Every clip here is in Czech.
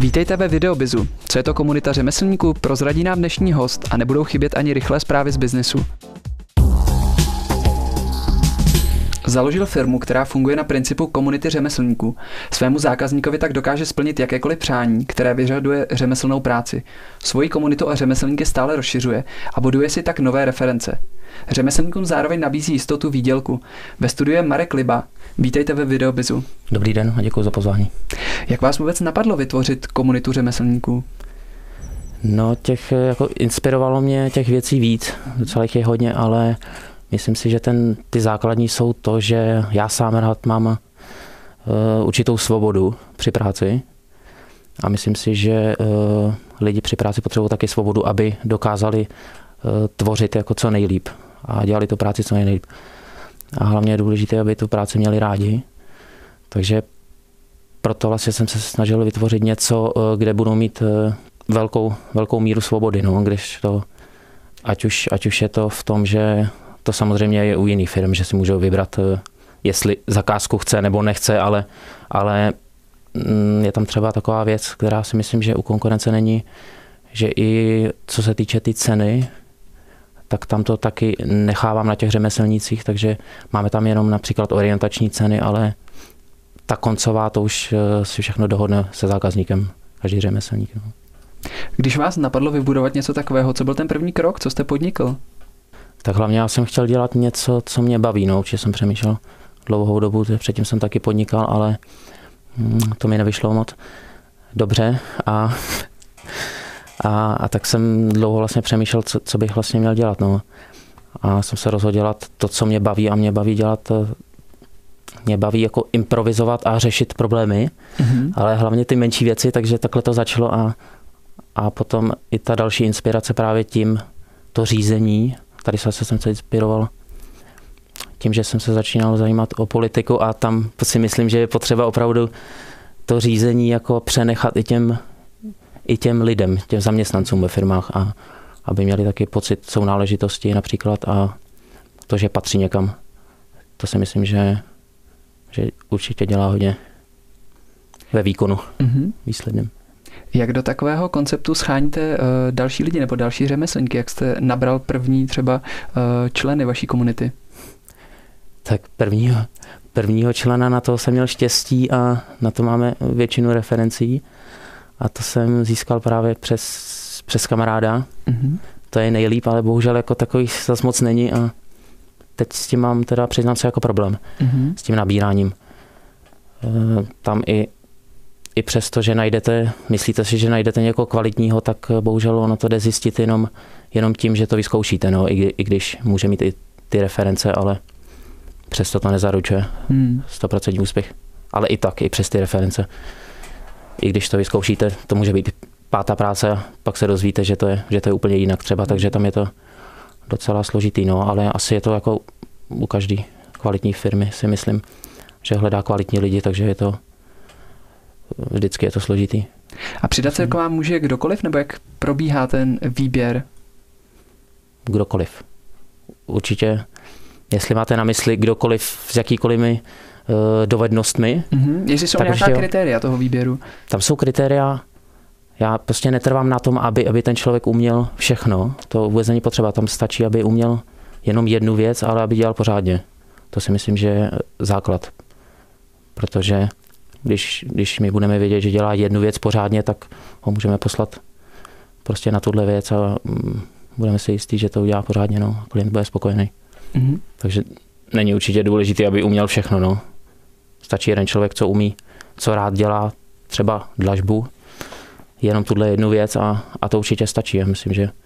Vítejte ve Videobizu. Co je to komunita řemeslníků, prozradí nám dnešní host a nebudou chybět ani rychlé zprávy z biznesu. Založil firmu, která funguje na principu komunity řemeslníků. Svému zákazníkovi tak dokáže splnit jakékoliv přání, které vyžaduje řemeslnou práci. Svoji komunitu a řemeslníky stále rozšiřuje a buduje si tak nové reference. Řemeslníkům zároveň nabízí jistotu výdělku. Ve studiu je Marek Liba. Vítejte ve Videobizu. Dobrý den a děkuji za pozvání. Jak vás vůbec napadlo vytvořit komunitu řemeslníků? No, inspirovalo mě těch věcí víc, docela jich je hodně, ale myslím si, že ty základní jsou to, že já sám rád mám určitou svobodu při práci a myslím si, že lidi při práci potřebují taky svobodu, aby dokázali tvořit jako co nejlíp a dělali tu práci co nejlíp. A hlavně je důležité, aby tu práci měli rádi. Takže proto vlastně jsem se snažil vytvořit něco, kde budou mít velkou míru svobody, no, když to, ať už je to v tom, že to samozřejmě je u jiných firm, že si můžou vybrat, jestli zakázku chce nebo nechce, ale je tam třeba taková věc, která si myslím, že u konkurence není, že i co se týče ty ceny, tak tam to taky nechávám na těch řemeslnících, takže máme tam jenom například orientační ceny, ale ta koncová to už si všechno dohodne se zákazníkem, každý řemeslník. No. Když vás napadlo vybudovat něco takového, co byl ten první krok, co jste podnikl? Tak hlavně já jsem chtěl dělat něco, co mě baví, no, určitě jsem přemýšlel dlouhou dobu, předtím jsem taky podnikal, ale to mi nevyšlo moc dobře a tak jsem dlouho vlastně přemýšlel, co bych vlastně měl dělat, no. A jsem se rozhodl dělat to, co mě baví a mě baví jako improvizovat a řešit problémy, ale hlavně ty menší věci, takže takhle to začalo a potom i ta další inspirace právě tím, to řízení. Tady jsem se inspiroval tím, že jsem se začínal zajímat o politiku a tam si myslím, že je potřeba opravdu to řízení jako přenechat i těm lidem, těm zaměstnancům ve firmách a aby měli taky pocit sounáležitosti například a to, že patří někam. To si myslím, že určitě dělá hodně ve výkonu výsledným. Jak do takového konceptu scháníte další lidi nebo další řemeslníky? Jak jste nabral první třeba členy vaší komunity? Tak prvního člena, na toho jsem měl štěstí a na to máme většinu referencí. A to jsem získal právě přes kamaráda. To je nejlíp, ale bohužel jako takový zas moc není a teď s tím mám teda přiznám se jako problém. S tím nabíráním. Tam i přesto, že myslíte si, že najdete někoho kvalitního, tak bohužel ono to jde zjistit jenom tím, že to vyzkoušíte, no, i když může mít i ty reference, ale přesto to nezaručuje 100% úspěch. Ale i tak, i přes ty reference. I když to vyzkoušíte, to může být pátá práce a pak se dozvíte, že to je úplně jinak třeba, takže tam je to docela složitý, no, ale asi je to jako u každé kvalitní firmy, si myslím, že hledá kvalitní lidi, takže vždycky je to složitý. A přidat se k vám může kdokoliv, nebo jak probíhá ten výběr? Kdokoliv. Určitě, jestli máte na mysli kdokoliv s jakýkoliv dovednostmi. Jestli jsou nějaká kritéria toho výběru? Tam jsou kritéria. Já prostě netrvám na tom, aby ten člověk uměl všechno. To vůbec není potřeba. Tam stačí, aby uměl jenom jednu věc, ale aby dělal pořádně. To si myslím, že je základ. Protože když my budeme vědět, že dělá jednu věc pořádně, tak ho můžeme poslat prostě na tuhle věc a budeme si jistí, že to udělá pořádně, no. Klient bude spokojený. Takže není určitě důležité, aby uměl všechno, no. Stačí jeden člověk, co umí, co rád dělá, třeba dlažbu, jenom tuhle jednu věc a to určitě stačí. Já myslím, že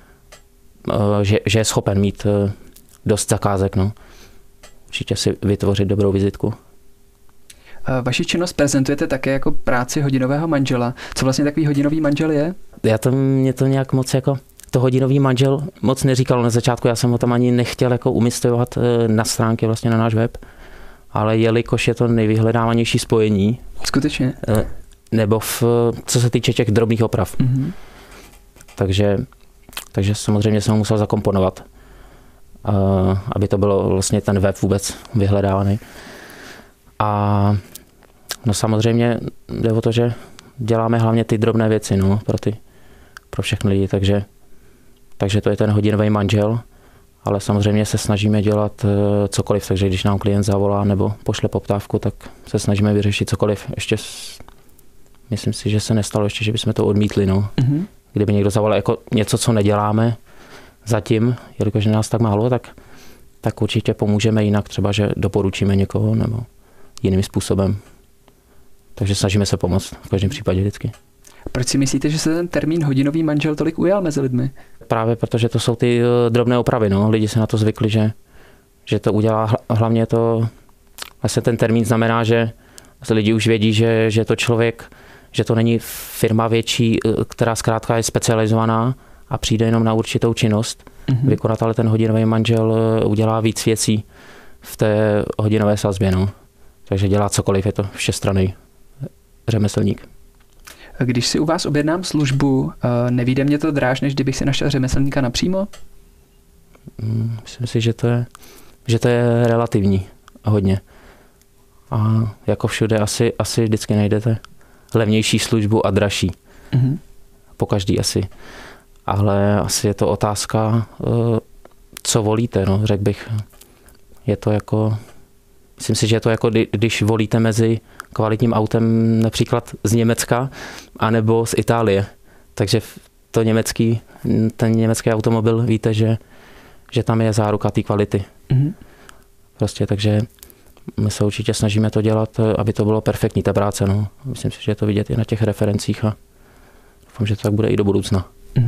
je schopen mít dost zakázek, no. Určitě si vytvořit dobrou vizitku. Vaši činnost prezentujete také jako práci hodinového manžela. Co vlastně takový hodinový manžel je? Mě to nějak moc jako to hodinový manžel moc neříkalo na začátku. Já jsem ho tam ani nechtěl jako umísťovat na stránky vlastně na náš web. Ale jelikož je to nejvyhledávanější spojení. Skutečně? Nebo co se týče těch drobných oprav. Takže samozřejmě jsem ho musel zakomponovat, aby to bylo vlastně ten web vůbec vyhledávaný. A no samozřejmě jde o to, že děláme hlavně ty drobné věci, no, pro všechny lidi, takže to je ten hodinový manžel, ale samozřejmě se snažíme dělat cokoliv, takže když nám klient zavolá nebo pošle poptávku, tak se snažíme vyřešit cokoliv. Ještě myslím si, že se nestalo ještě, že bychom to odmítli, no. Kdyby někdo zavolal jako něco, co neděláme zatím, jelikož je nás tak málo, tak určitě pomůžeme jinak, třeba, že doporučíme někoho nebo jiným způsobem. Takže snažíme se pomoct v každém případě vždycky. Proč si myslíte, že se ten termín hodinový manžel tolik ujal mezi lidmi? Právě protože to jsou ty drobné opravy. No. Lidi se na to zvykli, že to udělá hlavně to, vlastně ten termín znamená, že lidi už vědí, že to člověk, že to není firma větší, která zkrátka je specializovaná a přijde jenom na určitou činnost vykonat, ale ten hodinový manžel udělá víc věcí v té hodinové sazbě. No. Takže dělá cokoliv, je to všestranný řemeslník. Když si u vás objednám službu, nevíde mě to dráž, než kdybych si našel řemeslníka napřímo? Myslím si, že to je relativní hodně. A jako všude asi vždycky najdete levnější službu a dražší. Po každý asi. Ale asi je to otázka, co volíte, no, řekl bych. Je to jako, myslím si, že je to jako, když volíte mezi kvalitním autem například z Německa anebo z Itálie. Takže ten německý automobil víte, že tam je záruka té kvality. Prostě, takže my se určitě snažíme to dělat, aby to bylo perfektní, ta práce. No. Myslím si, že je to vidět i na těch referencích a doufám, že to tak bude i do budoucna.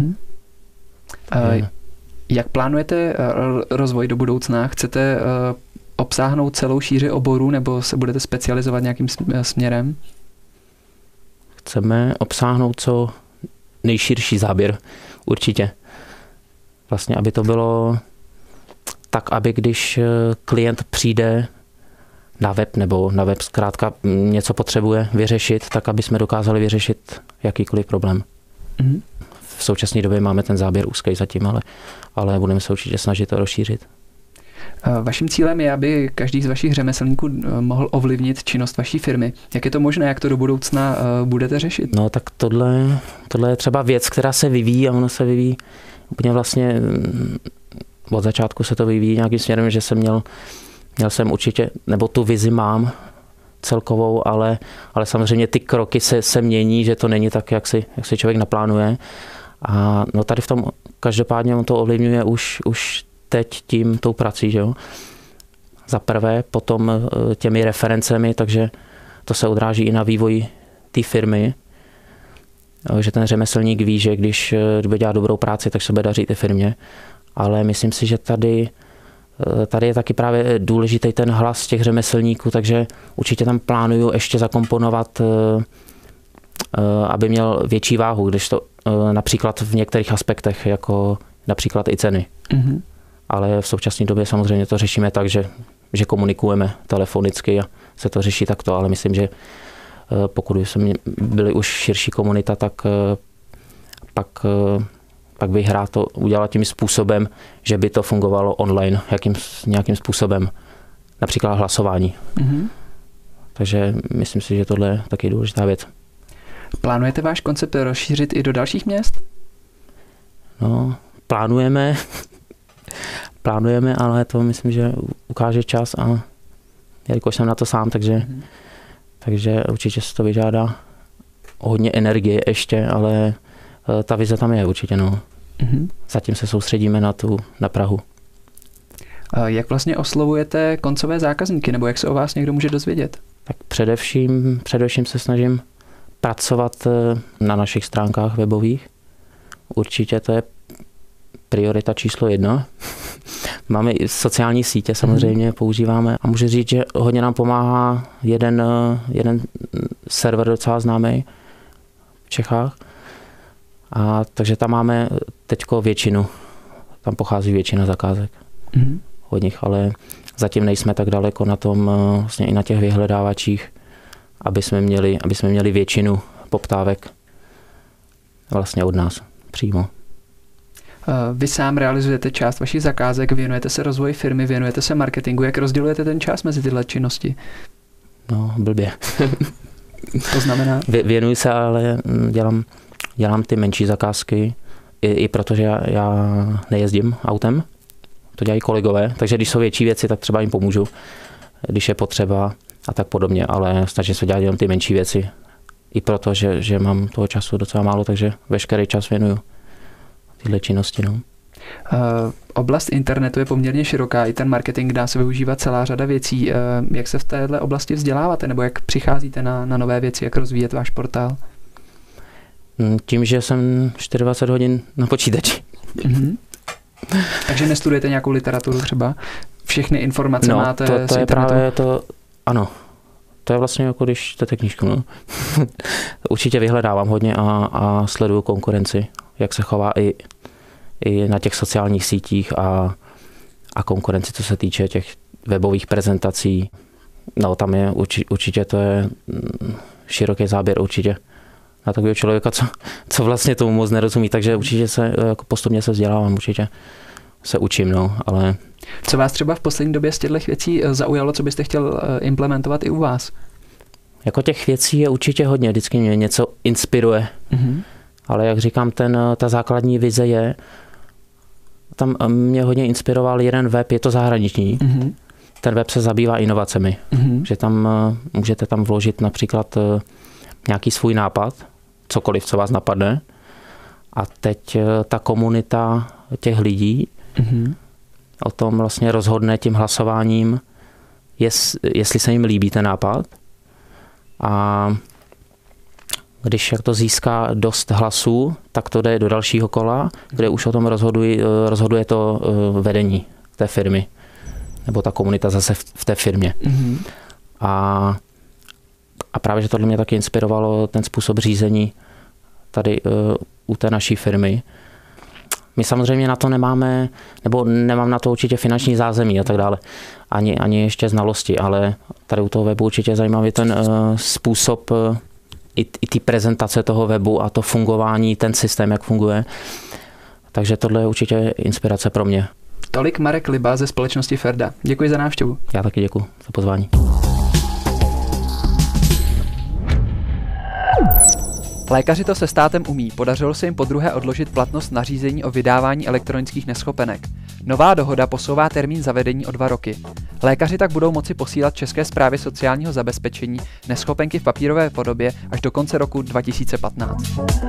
Jak plánujete rozvoj do budoucna? Chcete obsáhnout celou šíři oborů nebo se budete specializovat nějakým směrem? Chceme obsáhnout co nejširší záběr, určitě. Vlastně, aby to bylo tak, aby když klient přijde na web zkrátka něco potřebuje vyřešit, tak aby jsme dokázali vyřešit jakýkoliv problém. V současné době máme ten záběr úzký zatím, ale budeme se určitě snažit to rozšířit. Vaším cílem je, aby každý z vašich řemeslníků mohl ovlivnit činnost vaší firmy. Jak je to možné, jak to do budoucna budete řešit? No tak tohle je třeba věc, která se vyvíjí a ono se vyvíjí úplně vlastně od začátku se to vyvíjí nějakým směrem, že měl jsem určitě, nebo tu vizi mám celkovou, ale samozřejmě ty kroky se mění, že to není tak, jak si člověk naplánuje. A no tady v tom každopádně on to ovlivňuje už teď tou prací, že jo. Za prvé, potom těmi referencemi, takže to se odráží i na vývoji té firmy, že ten řemeslník ví, že když bude dělat dobrou práci, tak se bude dařit té firmě. Ale myslím si, že tady je taky právě důležitý ten hlas těch řemeslníků, takže určitě tam plánuju ještě zakomponovat, aby měl větší váhu, když to například v některých aspektech, jako například i ceny. Ale v současné době samozřejmě to řešíme tak, že komunikujeme telefonicky a se to řeší takto, ale myslím, že pokud jsme byli už širší komunita, tak pak bych rád to udělal tím způsobem, že by to fungovalo online, nějakým způsobem, například hlasování. Takže myslím si, že tohle je taky důležitá věc. Plánujete váš koncept rozšířit i do dalších měst? No, plánujeme, ale to myslím, že ukáže čas a jelikož jsem na to sám, takže určitě se to vyžádá hodně energie ještě, ale ta vize tam je určitě, no. Zatím se soustředíme na Prahu. Jak oslovujete koncové zákazníky, nebo jak se o vás někdo může dozvědět? Tak především se snažím pracovat na našich stránkách webových. Určitě to je priorita číslo 1. Máme i sociální sítě samozřejmě, používáme a můžu říct, že hodně nám pomáhá jeden server docela známý v Čechách. A takže tam máme teďko většinu, tam pochází většina zakázek od nich, ale zatím nejsme tak daleko na tom, vlastně i na těch vyhledávačích, aby jsme měli většinu poptávek vlastně od nás přímo. Vy sám realizujete část vašich zakázek, věnujete se rozvoji firmy, věnujete se marketingu. Jak rozdělujete ten čas mezi tyhle činnosti? No, blbě. To znamená? Věnuji se, ale dělám ty menší zakázky, i protože já nejezdím autem, to dělají kolegové, takže když jsou větší věci, tak třeba jim pomůžu, když je potřeba a tak podobně, ale snažím se dělat jenom ty menší věci. I proto, že mám toho času docela málo, takže veškerý čas věnuju tyhle činnosti. No. Oblast internetu je poměrně široká, i ten marketing dá se využívat celá řada věcí. Jak se v téhle oblasti vzděláváte, nebo jak přicházíte na nové věci, jak rozvíjet váš portál? Tím, že jsem 24 hodin na počítači. Mm-hmm. Takže nestudujete nějakou literaturu třeba? Všechny informace máte to z je internetu? právě to, ano. To je vlastně jako když čtete knížku. No. Určitě vyhledávám hodně a sleduju konkurenci, jak se chová i na těch sociálních sítích a konkurenci, co se týče těch webových prezentací. No tam je určitě to je široký záběr určitě na takového člověka, co vlastně tomu moc nerozumí, takže určitě se jako postupně se vzdělávám, určitě se učím, no, ale... Co vás třeba v poslední době z těchto věcí zaujalo, co byste chtěl implementovat i u vás? Jako těch věcí je určitě hodně, vždycky mě něco inspiruje, ale jak říkám, ta základní vize je, tam mě hodně inspiroval jeden web, je to zahraniční. Ten web se zabývá inovacemi, že tam můžete tam vložit například nějaký svůj nápad, cokoliv, co vás napadne. A teď ta komunita těch lidí o tom vlastně rozhodne tím hlasováním, jestli se jim líbí ten nápad. A když jak to získá dost hlasů, tak to jde do dalšího kola, kde už o tom rozhoduje to vedení té firmy. Nebo ta komunita zase v té firmě. A právě, že tohle mě taky inspirovalo, ten způsob řízení tady u té naší firmy. My samozřejmě na to nemáme, nebo nemám na to určitě finanční zázemí a tak dále, ani ještě znalosti, ale tady u toho webu určitě je zajímavý ten způsob i ty prezentace toho webu a to fungování, ten systém, jak funguje. Takže tohle je určitě inspirace pro mě. Tolik Marek Liba ze společnosti Ferda. Děkuji za návštěvu. Já taky děkuji za pozvání. Lékaři to se státem umí. Podařilo se jim podruhé odložit platnost nařízení o vydávání elektronických neschopenek. Nová dohoda posouvá termín zavedení o 2 roky. Lékaři tak budou moci posílat České správě sociálního zabezpečení neschopenky v papírové podobě až do konce roku 2015.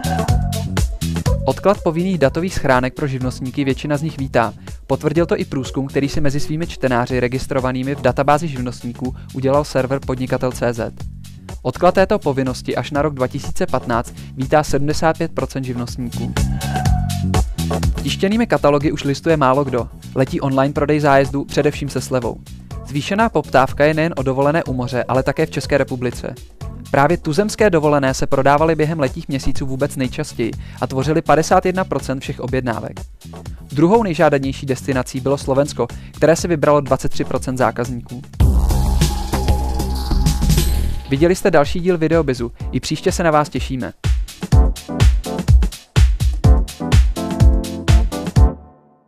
Odklad povinných datových schránek pro živnostníky většina z nich vítá. Potvrdil to i průzkum, který si mezi svými čtenáři registrovanými v databázi živnostníků udělal server podnikatel.cz. Odklad této povinnosti až na rok 2015 vítá 75% živnostníků. Tištěnými katalogy už listuje málo kdo. Letí online prodej zájezdu především se slevou. Zvýšená poptávka je nejen o dovolené u moře, ale také v České republice. Právě tuzemské dovolené se prodávaly během letních měsíců vůbec nejčastěji a tvořily 51% všech objednávek. Druhou nejžádanější destinací bylo Slovensko, které si vybralo 23% zákazníků. Viděli jste další díl Videobizu, i příště se na vás těšíme.